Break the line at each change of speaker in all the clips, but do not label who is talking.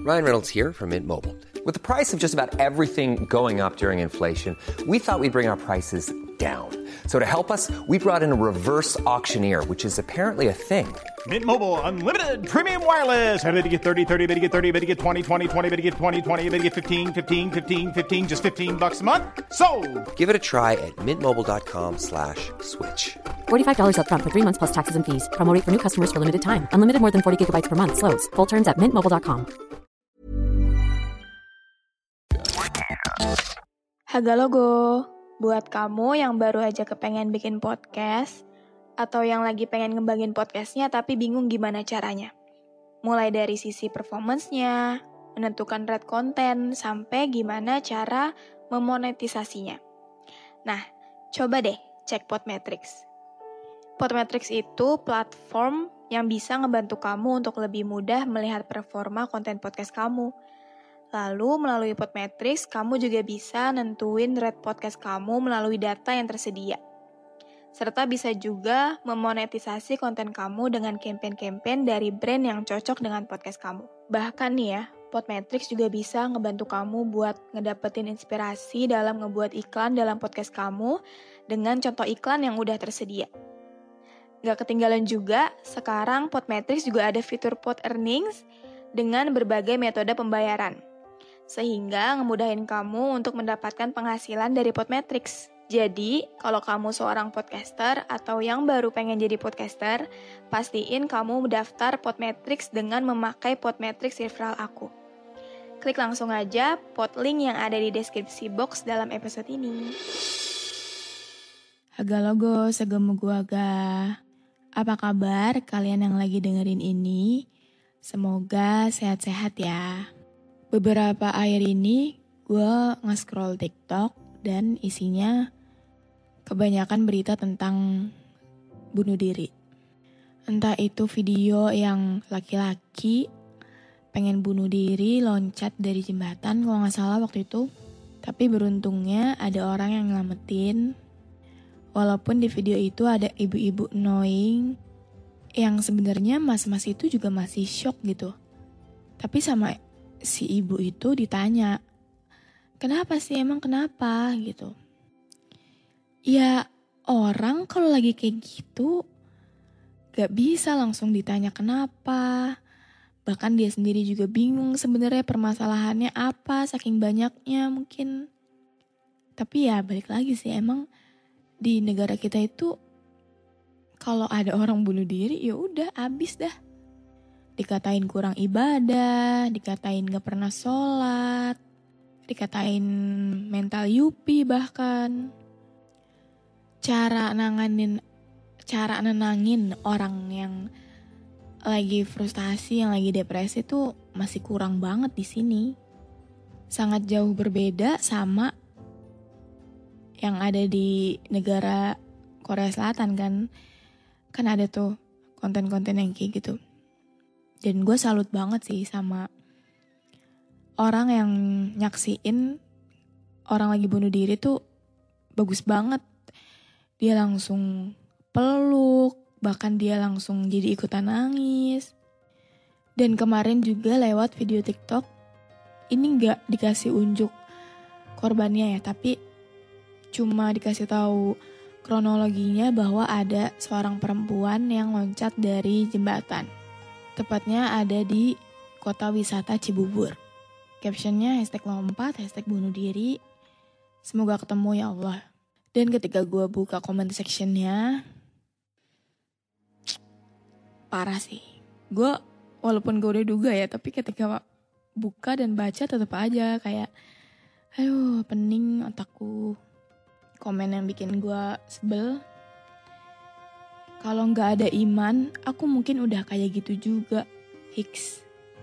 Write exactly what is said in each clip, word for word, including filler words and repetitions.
Ryan Reynolds here from Mint Mobile. With the price of just about everything going up during inflation, we thought we'd bring our prices down. So to help us, we brought in a reverse auctioneer, which is apparently a thing.
Mint Mobile Unlimited Premium Wireless. How to get thirty, thirty, how to get thirty, how to get twenty, twenty, twenty, how to get twenty, twenty, how to get fifteen, fifteen, fifteen, fifteen, just fifteen bucks a month? Sold!
Give it a try at mintmobile.com slash switch.
forty-five dollars up front for three months plus taxes and fees. Promo rate for new customers for limited time. Unlimited more than forty gigabytes per month. Slows full terms at mint mobile dot com.
Haga logo, buat kamu yang baru aja kepengen bikin podcast, atau yang lagi pengen ngembangin podcastnya tapi bingung gimana caranya. Mulai dari sisi performance-nya, menentukan rate konten, sampai gimana cara memonetisasinya. Nah, coba deh cek Podmetrics. Podmetrics itu platform yang bisa ngebantu kamu untuk lebih mudah melihat performa konten podcast kamu. Lalu melalui Podmetrics, kamu juga bisa nentuin rate podcast kamu melalui data yang tersedia. Serta bisa juga memonetisasi konten kamu dengan campaign-campaign dari brand yang cocok dengan podcast kamu. Bahkan nih ya, Podmetrics juga bisa ngebantu kamu buat ngedapetin inspirasi dalam ngebuat iklan dalam podcast kamu dengan contoh iklan yang udah tersedia. Gak ketinggalan juga, sekarang Podmetrics juga ada fitur Pod Earnings dengan berbagai metode pembayaran. Sehingga ngemudahin kamu untuk mendapatkan penghasilan dari Podmetrics. Jadi, kalau kamu seorang podcaster atau yang baru pengen jadi podcaster, pastiin kamu mendaftar Podmetrics dengan memakai Podmetrics referral aku. Klik langsung aja pod link yang ada di deskripsi box dalam episode ini.
Haga logo, segemu gua aga. Apa kabar kalian yang lagi dengerin ini? Semoga sehat-sehat ya. Beberapa akhir ini gue nge-scroll TikTok dan isinya kebanyakan berita tentang bunuh diri. Entah itu video yang laki-laki pengen bunuh diri loncat dari jembatan kalau gak salah waktu itu. Tapi beruntungnya ada orang yang nyelamatin. Walaupun di video itu ada ibu-ibu annoying yang sebenarnya mas-mas itu juga masih shock gitu. Tapi sama si ibu itu ditanya, kenapa sih emang kenapa gitu. Ya orang kalau lagi kayak gitu gak bisa langsung ditanya kenapa. Bahkan dia sendiri juga bingung sebenarnya permasalahannya apa saking banyaknya mungkin. Tapi ya balik lagi sih, emang di negara kita itu kalau ada orang bunuh diri ya udah abis dah. Dikatain kurang ibadah, dikatain gak pernah sholat, dikatain mental yupi bahkan. Cara nanganin, cara nenangin orang yang lagi frustasi, yang lagi depresi tuh masih kurang banget di sini. Sangat jauh berbeda sama yang ada di negara Korea Selatan kan. Kan ada tuh konten-konten yang kayak gitu. Dan gue salut banget sih sama orang yang nyaksiin orang lagi bunuh diri tuh bagus banget. Dia langsung peluk, bahkan dia langsung jadi ikutan nangis. Dan kemarin juga lewat video TikTok, ini gak dikasih unjuk korbannya ya, tapi cuma dikasih tahu kronologinya bahwa ada seorang perempuan yang loncat dari jembatan. Tepatnya ada di kota wisata Cibubur. Captionnya hashtag lompat, hashtag bunuh diri. Semoga ketemu ya Allah. Dan ketika gue buka comment sectionnya, parah sih. Gue walaupun gue udah duga ya, tapi ketika buka dan baca tetap aja kayak, aduh pening otakku. Komen yang bikin gue sebel. Kalau gak ada iman, aku mungkin udah kayak gitu juga. Hiks.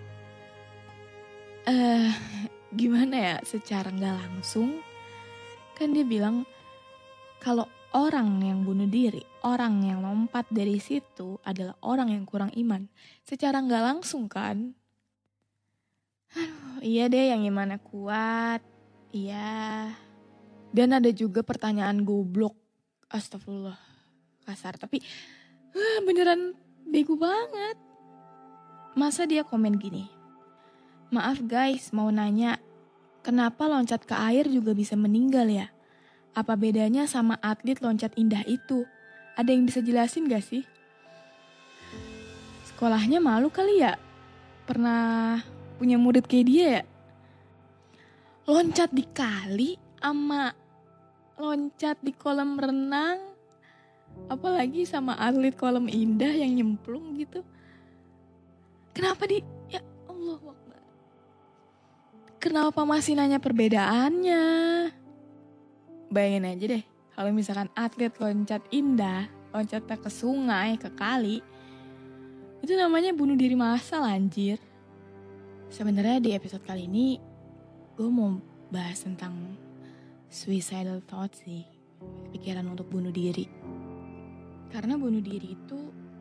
Eh, uh, gimana ya secara gak langsung. Kan dia bilang, kalau orang yang bunuh diri, orang yang lompat dari situ adalah orang yang kurang iman. Secara gak langsung kan. Aduh, iya deh yang imannya kuat. Iya. Dan ada juga pertanyaan goblok. Astagfirullah. Kasar, tapi uh, beneran bego banget. Masa dia komen gini, Maaf guys, mau nanya, kenapa loncat ke air juga bisa meninggal ya? Apa bedanya sama atlet loncat indah itu? Ada yang bisa jelasin gak sih? Sekolahnya malu kali ya? Pernah punya murid kayak dia ya? Loncat di kali sama loncat di kolam renang, apalagi sama atlet kolam indah yang nyemplung gitu. Kenapa di... Ya Allah Akbar. Kenapa masih nanya perbedaannya? Bayangin aja deh, kalau misalkan atlet loncat indah, loncat ke sungai, ke kali, itu namanya bunuh diri massal anjir. Sebenarnya di episode kali ini, gue mau bahas tentang suicidal thoughts sih, pikiran untuk bunuh diri. Karena bunuh diri itu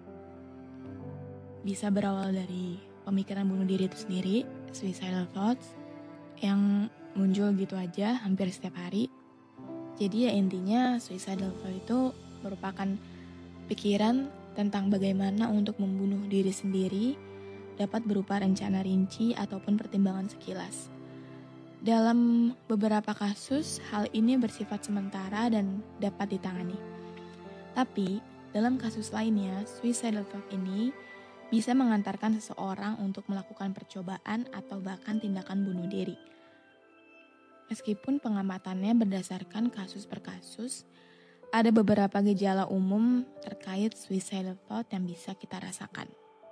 bisa berawal dari pemikiran bunuh diri itu sendiri, suicidal thoughts, yang muncul gitu aja hampir setiap hari. Jadi ya intinya suicidal thought itu merupakan pikiran tentang bagaimana untuk membunuh diri sendiri, dapat berupa rencana rinci ataupun pertimbangan sekilas. Dalam beberapa kasus, hal ini bersifat sementara dan dapat ditangani. Tapi, dalam kasus lainnya, suicidal thought ini bisa mengantarkan seseorang untuk melakukan percobaan atau bahkan tindakan bunuh diri. Meskipun pengamatannya berdasarkan kasus per kasus, ada beberapa gejala umum terkait suicidal thought yang bisa kita rasakan.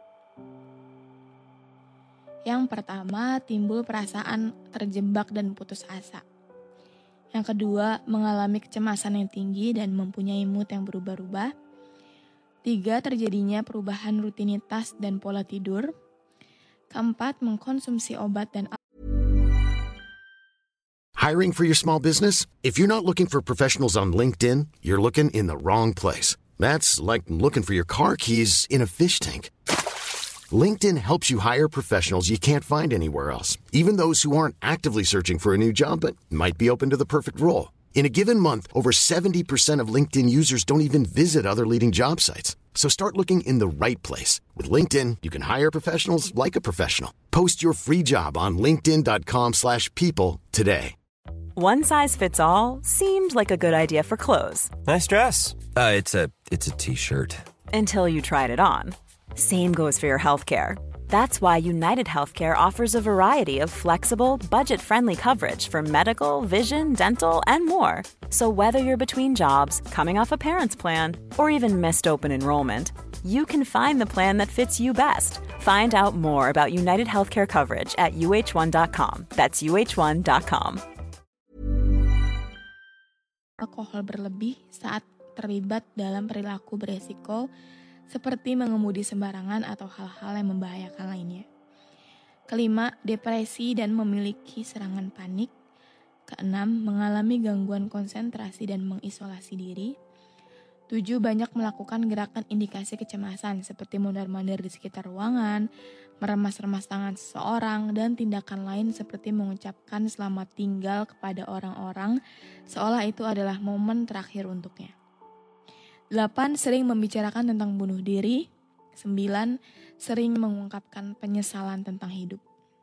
Yang pertama, timbul perasaan terjebak dan putus asa. Yang kedua, mengalami kecemasan yang tinggi dan mempunyai mood yang berubah-ubah. Tiga, terjadinya perubahan rutinitas dan pola tidur. Keempat, mengkonsumsi obat dan
Hiring for your small business? If you're not looking for professionals on LinkedIn, you're looking in the wrong place. That's like looking for your car keys in a fish tank. LinkedIn helps you hire professionals you can't find anywhere else, even those who aren't actively searching for a new job but might be open to the perfect role. In a given month, over seventy percent of LinkedIn users don't even visit other leading job sites. So start looking in the right place. With LinkedIn, you can hire professionals like a professional. Post your free job on linkedin.com slash people today.
One size fits all seemed like a good idea for clothes.
Nice dress. Uh, it's a it's a t-shirt.
Until you tried it on. Same goes for your healthcare. That's why United Healthcare offers a variety of flexible, budget-friendly coverage for medical, vision, dental, and more. So whether you're between jobs, coming off a parent's plan, or even missed open enrollment, you can find the plan that fits you best. Find out more about United Healthcare coverage at U H one dot com. That's U H one dot com.
Alkohol berlebih saat terlibat dalam perilaku beresiko seperti mengemudi sembarangan atau hal-hal yang membahayakan lainnya. Kelima, depresi dan memiliki serangan panik. Keenam, mengalami gangguan konsentrasi dan mengisolasi diri. Tujuh, banyak melakukan gerakan indikasi kecemasan seperti mondar-mandir di sekitar ruangan, meremas-remas tangan seseorang, dan tindakan lain seperti mengucapkan selamat tinggal kepada orang-orang seolah itu adalah momen terakhir untuknya. Delapan, sering membicarakan tentang bunuh diri. Sembilan, sering mengungkapkan penyesalan tentang hidup.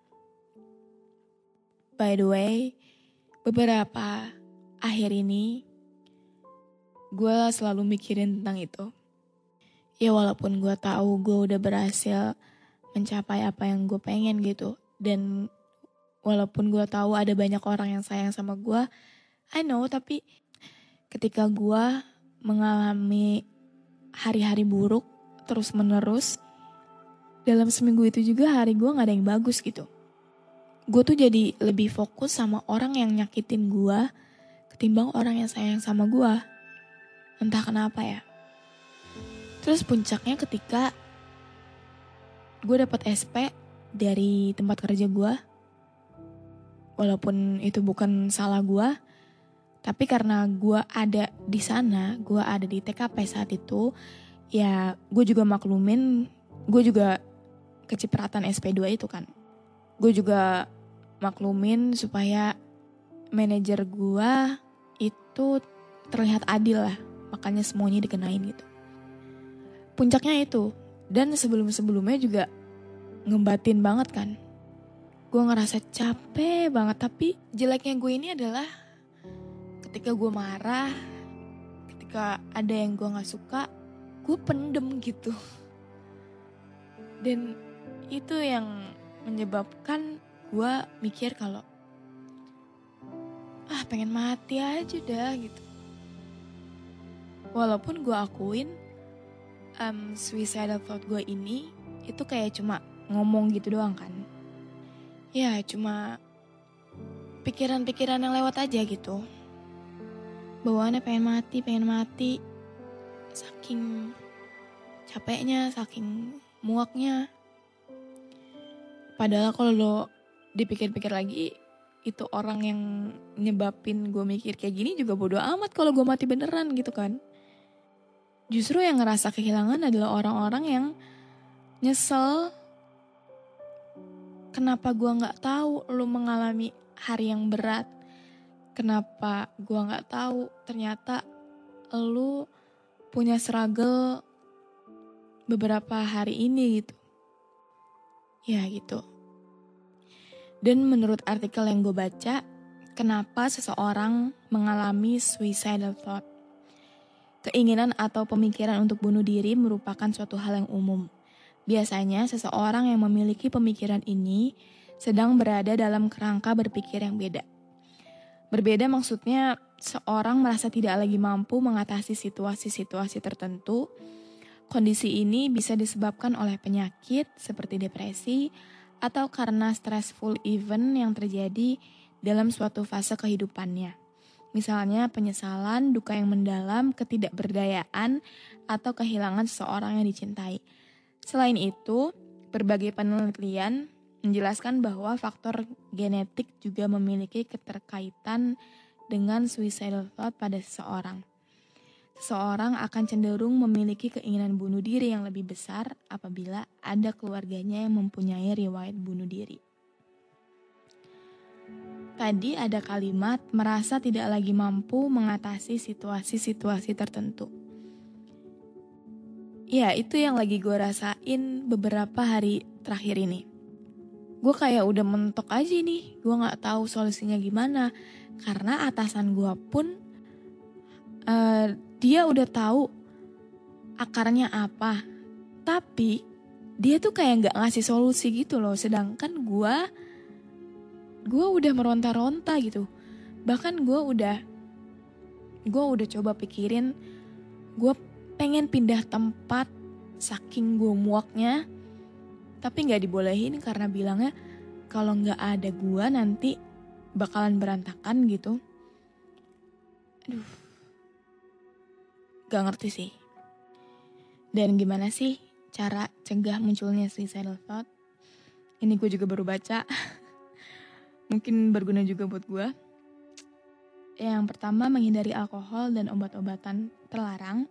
By the way, beberapa akhir ini, gue selalu mikirin tentang itu. Ya walaupun gue tahu gue udah berhasil mencapai apa yang gue pengen gitu. Dan walaupun gue tahu ada banyak orang yang sayang sama gue, I know, tapi ketika gue mengalami hari-hari buruk terus menerus, dalam seminggu itu juga hari gue gak ada yang bagus gitu. Gue tuh jadi lebih fokus sama orang yang nyakitin gue ketimbang orang yang sayang sama gue. Entah kenapa ya. Terus puncaknya ketika gue dapet S P dari tempat kerja gue, walaupun itu bukan salah gue, tapi karena gue ada di sana, gue ada di T K P saat itu, ya gue juga maklumin, gue juga kecipratan S P dua itu kan. Gue juga maklumin supaya manajer gue itu terlihat adil lah, makanya semuanya dikenain gitu. Puncaknya itu, dan sebelum-sebelumnya juga ngebatin banget kan. gue ngerasa capek banget. Tapi jeleknya gue ini adalah ketika gue marah, ketika ada yang gue gak suka, gue pendem gitu. Dan itu yang menyebabkan gue mikir kalau ah pengen mati aja dah gitu. Walaupun gue akuin um, suicidal thought gue ini itu kayak cuma ngomong gitu doang kan. Ya cuma pikiran-pikiran yang lewat aja gitu. Bawaannya pengen mati, pengen mati. Saking capeknya, saking muaknya. Padahal kalau lo dipikir-pikir lagi, itu orang yang nyebabin gue mikir kayak gini juga bodo amat kalau gue mati beneran gitu kan. Justru yang ngerasa kehilangan adalah orang-orang yang nyesel. Kenapa gue gak tahu lo mengalami hari yang berat. Kenapa gue gak tahu ternyata lo punya struggle beberapa hari ini gitu. Ya gitu. Dan menurut artikel yang gue baca, kenapa seseorang mengalami suicidal thought? Keinginan atau pemikiran untuk bunuh diri merupakan suatu hal yang umum. Biasanya seseorang yang memiliki pemikiran ini sedang berada dalam kerangka berpikir yang beda. Berbeda maksudnya seorang merasa tidak lagi mampu mengatasi situasi-situasi tertentu. Kondisi ini bisa disebabkan oleh penyakit seperti depresi atau karena stressful event yang terjadi dalam suatu fase kehidupannya. Misalnya penyesalan, duka yang mendalam, ketidakberdayaan, atau kehilangan seseorang yang dicintai. Selain itu, berbagai penelitian menjelaskan bahwa faktor genetik juga memiliki keterkaitan dengan suicidal thought pada seseorang. Seseorang akan cenderung memiliki keinginan bunuh diri yang lebih besar apabila ada keluarganya yang mempunyai riwayat bunuh diri. Tadi ada kalimat merasa tidak lagi mampu mengatasi situasi-situasi tertentu. Ya, itu yang lagi gue rasain beberapa hari terakhir ini. Gue kayak udah mentok aja nih, gue gak tahu solusinya gimana. Karena atasan gue pun uh, dia udah tahu akarnya apa, tapi dia tuh kayak gak ngasih solusi gitu loh. Sedangkan gue, gue udah meronta-ronta gitu. Bahkan gue udah, gue udah coba pikirin, gue pengen pindah tempat saking gue muaknya, tapi gak dibolehin karena bilangnya kalau gak ada gue nanti bakalan berantakan gitu. Aduh. Gak ngerti sih. Dan gimana sih cara cegah munculnya suicidal thought? Ini gue juga baru baca. Mungkin berguna juga buat gue. Yang pertama, menghindari alkohol dan obat-obatan terlarang.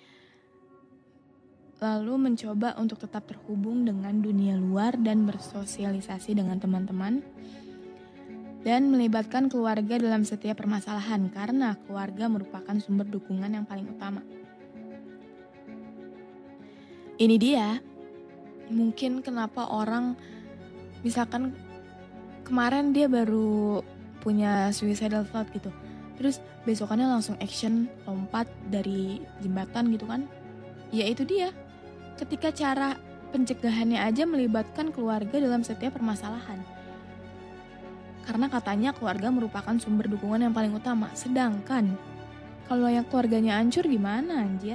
Lalu mencoba untuk tetap terhubung dengan dunia luar dan bersosialisasi dengan teman-teman. Dan melibatkan keluarga dalam setiap permasalahan karena keluarga merupakan sumber dukungan yang paling utama. Ini dia, mungkin kenapa orang, misalkan kemarin dia baru punya suicidal thought gitu, terus besokannya langsung action lompat dari jembatan gitu kan. Ya itu dia, ketika cara pencegahannya aja melibatkan keluarga dalam setiap permasalahan. Karena katanya keluarga merupakan sumber dukungan yang paling utama. Sedangkan kalau yang keluarganya hancur gimana anjir?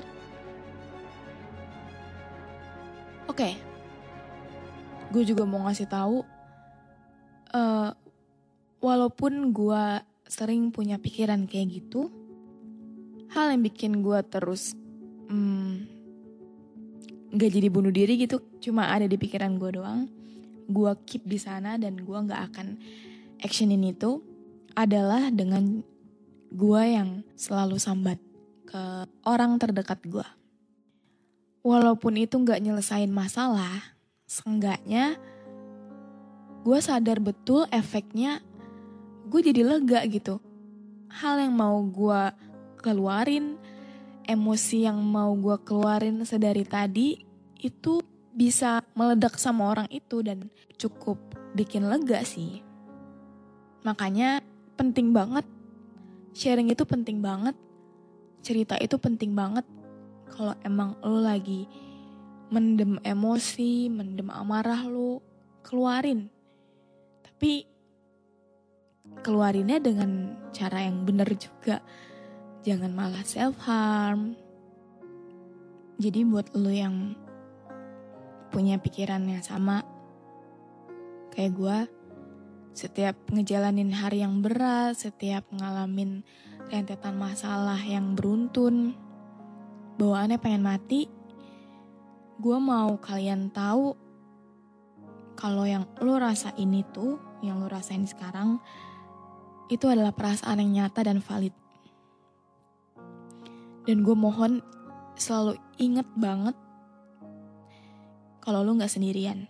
Oke, gue juga mau ngasih tahu, uh, walaupun gue sering punya pikiran kayak gitu, hal yang bikin gue terus hmm, gak jadi bunuh diri gitu, cuma ada di pikiran gue doang. Gue keep di sana dan gue gak akan actionin itu adalah dengan gue yang selalu sambat ke orang terdekat gue. Walaupun itu gak nyelesain masalah, seenggaknya gue sadar betul efeknya gue jadi lega gitu. Hal yang mau gue keluarin, emosi yang mau gue keluarin sedari tadi, itu bisa meledak sama orang itu dan cukup bikin lega sih. Makanya penting banget, sharing itu penting banget, cerita itu penting banget. Kalau emang lo lagi mendem emosi, mendem amarah lo, keluarin. Tapi keluarinnya dengan cara yang benar juga. Jangan malah self-harm. Jadi buat lo yang punya pikiran yang sama kayak gue, setiap ngejalanin hari yang berat, setiap ngalamin rentetan masalah yang beruntun, bawaannya pengen mati, gue mau kalian tahu kalau yang lo rasain itu, yang lo rasain sekarang, itu adalah perasaan yang nyata dan valid. Dan gue mohon selalu inget banget kalau lo gak sendirian.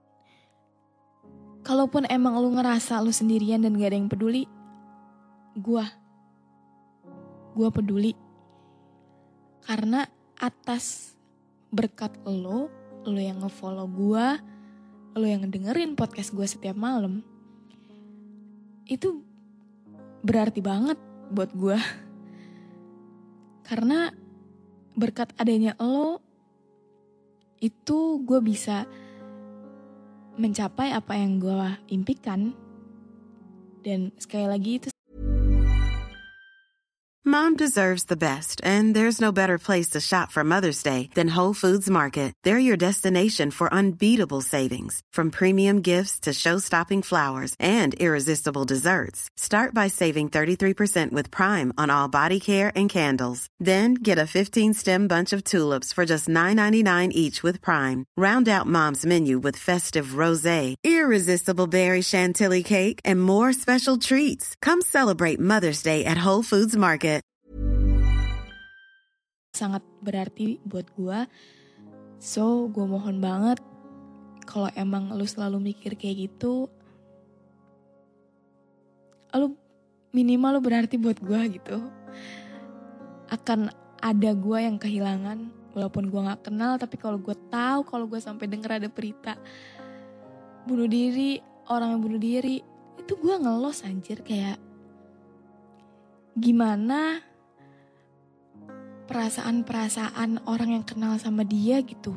Kalaupun emang lo ngerasa lo sendirian dan gak ada yang peduli, gue, gue peduli. Karena atas berkat lo, lo yang nge-follow gue, lo yang ngedengerin podcast gue setiap malam, itu berarti banget buat gue. Karena berkat adanya lo, itu gue bisa mencapai apa yang gue impikan. Dan sekali lagi itu,
Mom deserves the best, and there's no better place to shop for Mother's Day than Whole Foods Market. They're your destination for unbeatable savings, from premium gifts to show-stopping flowers and irresistible desserts. Start by saving thirty-three percent with Prime on all body care and candles. Then get a fifteen-stem bunch of tulips for just nine ninety-nine each with Prime. Round out Mom's menu with festive rosé, irresistible berry chantilly cake, and more special treats. Come celebrate Mother's Day at Whole Foods Market.
sangat berarti buat gue. So gue mohon banget kalau emang lu selalu mikir kayak gitu, lu minimal lu berarti buat gue gitu. Akan ada gue yang kehilangan walaupun gue gak kenal, tapi kalau gue tahu, kalau gue sampai denger ada berita bunuh diri, orang yang bunuh diri, itu gue ngelos anjir. Kayak gimana perasaan-perasaan orang yang kenal sama dia gitu.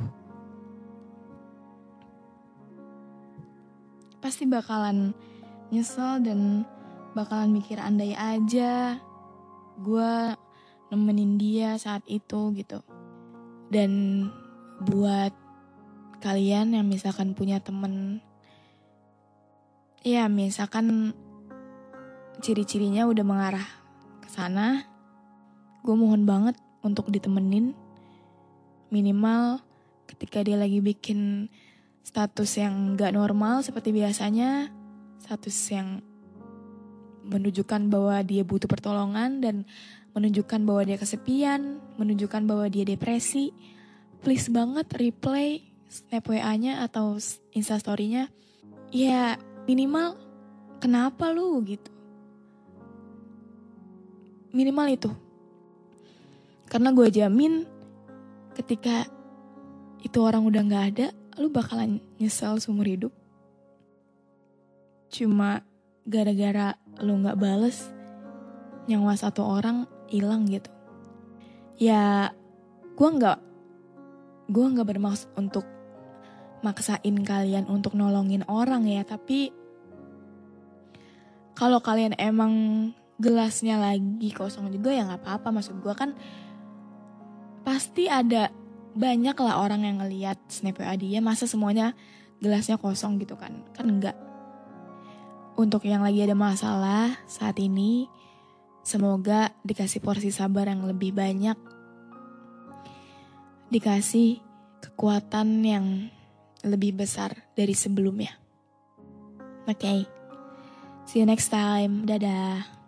Pasti bakalan nyesel dan bakalan mikir andai aja gue nemenin dia saat itu gitu. Dan buat kalian yang misalkan punya temen, ya misalkan ciri-cirinya udah mengarah ke sana, gue mohon banget untuk ditemenin. Minimal ketika dia lagi bikin status yang gak normal seperti biasanya, status yang menunjukkan bahwa dia butuh pertolongan dan menunjukkan bahwa dia kesepian, menunjukkan bahwa dia depresi, please banget replay snap W A-nya atau instastory-nya. Ya minimal kenapa lu gitu. Minimal itu. Karena gue jamin ketika itu orang udah gak ada, lu bakalan nyesel seumur hidup. Cuma gara-gara lu gak bales, nyawa satu orang hilang gitu. Ya gue gak, gue gak bermaksud untuk maksain kalian untuk nolongin orang ya. Tapi kalau kalian emang gelasnya lagi kosong juga ya gak apa-apa. Maksud gue kan pasti ada banyak lah orang yang ngeliat snap W A dia, masa semuanya gelasnya kosong gitu kan. Kan enggak. Untuk yang lagi ada masalah saat ini, semoga dikasih porsi sabar yang lebih banyak, dikasih kekuatan yang lebih besar dari sebelumnya. Oke, okay. See you next time. Dadah.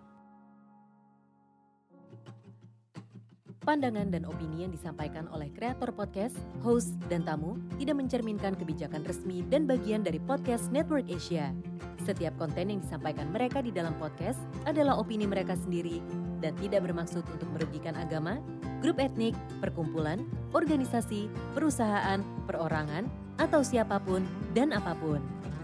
Pandangan dan opini yang disampaikan oleh kreator podcast, host, dan tamu tidak mencerminkan kebijakan resmi dan bagian dari Podcast Network Asia. Setiap konten yang disampaikan mereka di dalam podcast adalah opini mereka sendiri dan tidak bermaksud untuk merugikan agama, grup etnik, perkumpulan, organisasi, perusahaan, perorangan, atau siapapun dan apapun.